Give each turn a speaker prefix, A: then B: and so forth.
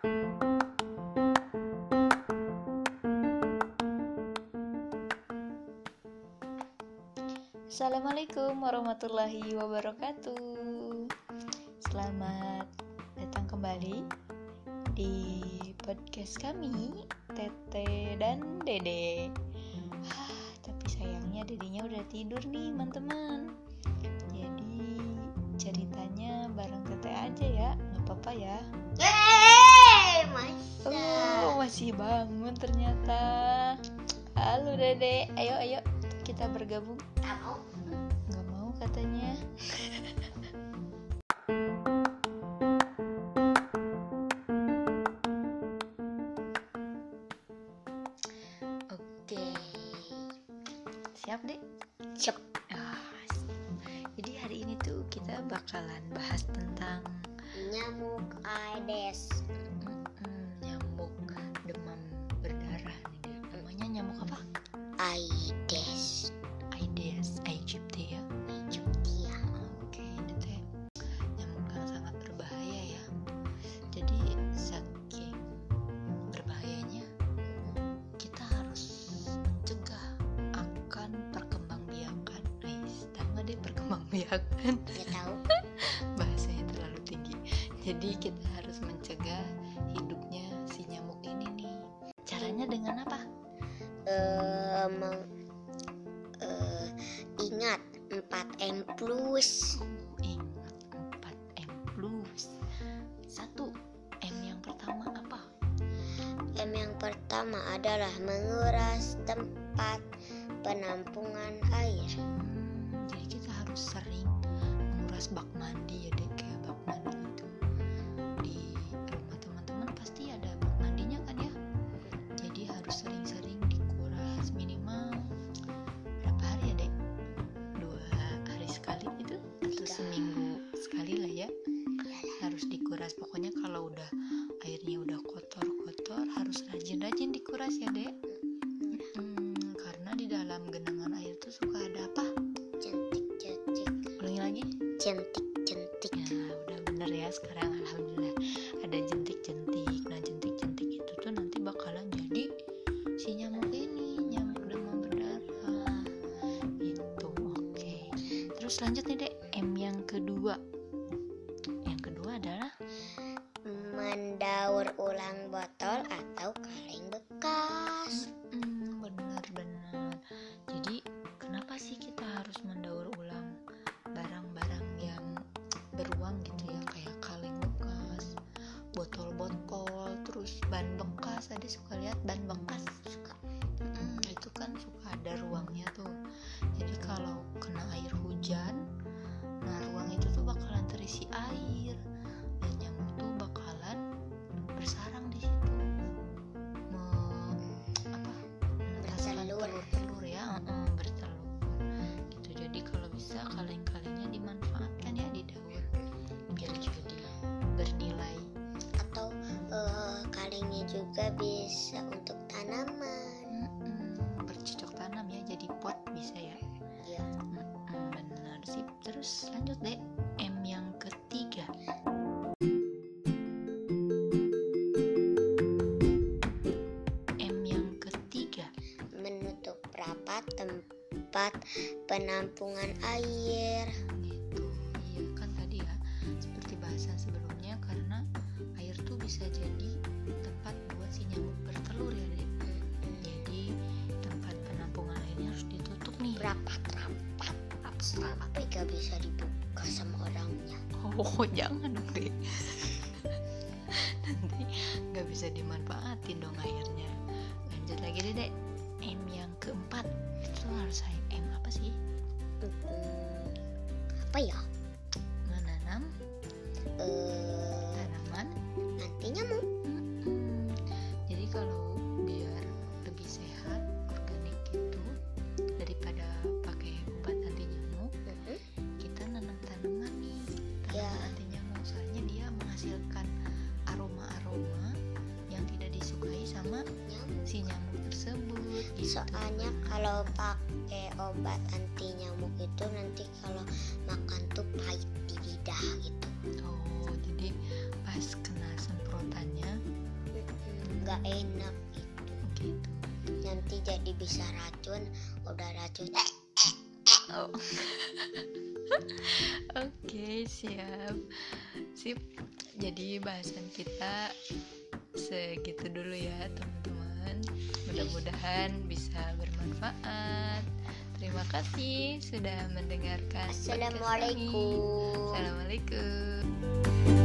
A: Assalamualaikum warahmatullahi wabarakatuh. Selamat datang kembali di podcast kami, Tete dan Dede. Tapi sayangnya Dedenya udah tidur nih teman-teman. Jadi ceritanya bareng Tete aja ya, nggak apa-apa ya. Masih bangun ternyata. Halo Dede, ayo kita bergabung. Nggak mau katanya. Oke, siap deh?
B: Siap.
A: Jadi hari ini tuh kita bakalan bahas tentang
B: Nyamuk Aedes.
A: Nyamuk demam berdarah nih. Namanya nyamuk apa?
B: Aedes
A: Aegypti ya.
B: Aegyptia.
A: Oke, ini teh nyamuk yang sangat berbahaya ya. Jadi saking berbahayanya kita harus mencegah akan perkembangbiakan. Tahu nggak deh perkembangbiakan?
B: Nggak tahu.
A: Bahasanya terlalu tinggi. Jadi kita harus mencegah hidupnya si nyamuk ini nih. Caranya dengan apa?
B: Ingat 4M plus.
A: Ingat 4M plus. 1 M yang pertama apa?
B: M yang pertama adalah menguras tempat penampungan air.
A: Jadi kita harus sering menguras bak mandi ya deh, kayak bak mandi itu. Di rumah teman-teman pasti ada bak mandinya kan ya. Jadi harus sering-sering dikuras, minimal berapa hari ya dek? 2 hari sekali gitu atau seminggu sekali lah ya. Harus dikuras. Pokoknya kalau udah airnya udah kotor-kotor harus rajin-rajin dikuras ya dek. Karena di dalam genangan air tuh suka ada apa?
B: Jentik.
A: Ulangi lagi.
B: Jentik.
A: Ya udah bener ya sekarang, alhamdulillah ada jentik-jentik. Nah jentik-jentik itu tuh nanti bakalan jadi si nyamuk ini, nyamuk demam berdarah gitu. Oke. Terus lanjut nih dek, M yang kedua. Yang kedua adalah
B: mendaur ulang botol atau kaleng bekas.
A: Benar. Jadi kenapa sih kita harus mendaur ulang barang-barang yang beruang gitu ya, kayak kaleng bekas, botol-botol, terus ban bekas. Ada suka lihat ban bekas? Suka. Itu kan suka ada ruangnya tuh. Jadi kalau kena air hujan, nah ruang itu tuh bakalan terisi air dan nyamuk tuh bakalan bersarang di situ. Bertelur ya, bertelur gitu. Jadi kalau bisa kaleng-kalengnya dimanfaatkan ya, didaur biar jadi bernilai.
B: Atau kalengnya juga bisa untuk tanaman.
A: Bercocok tanam ya, jadi pot bisa ya.
B: Iya.
A: Benar sih. Terus lanjut deh, M yang ketiga. M yang ketiga,
B: menutup rapat tempat penampungan air.
A: gitu. Iya kan tadi ya, seperti bahasan sebelumnya, karena air tuh bisa jadi tempat buat si nyamuk bertelur ya deh. Jadi tempat penampungan airnya harus ditutup nih.
B: Rapat tapi gak bisa dibuka sama orangnya.
A: Oh jangan dong deh. Nanti gak bisa dimanfaatin dong airnya. Lanjut lagi deh dek, M yang keempat. Itu harus M apa sih?
B: Apa ya?
A: Menanam tanaman
B: Nanti nyamuk.
A: Jadi kalau biar lebih sehat, organik gitu, daripada pakai obat anti nyamuk, kita nanam tanaman nih, tanaman anti nyamuk. Soalnya dia menghasilkan aroma-aroma yang tidak disukai sama si nyamuk tersebut gitu.
B: Soalnya kalau pakai obat anti nyamuk itu nanti kalau makan tuh pahit di lidah gitu.
A: Oh, jadi pas kena semprotannya
B: nggak enak gitu.
A: gitu.
B: Nanti jadi bisa racun, udah racun
A: Oh. Oke, siap. Sip. Jadi bahasan kita segitu dulu ya, teman-teman. Mudah-mudahan bisa bermanfaat. Terima kasih sudah mendengarkan podcast kami.
B: Assalamualaikum.
A: Assalamualaikum.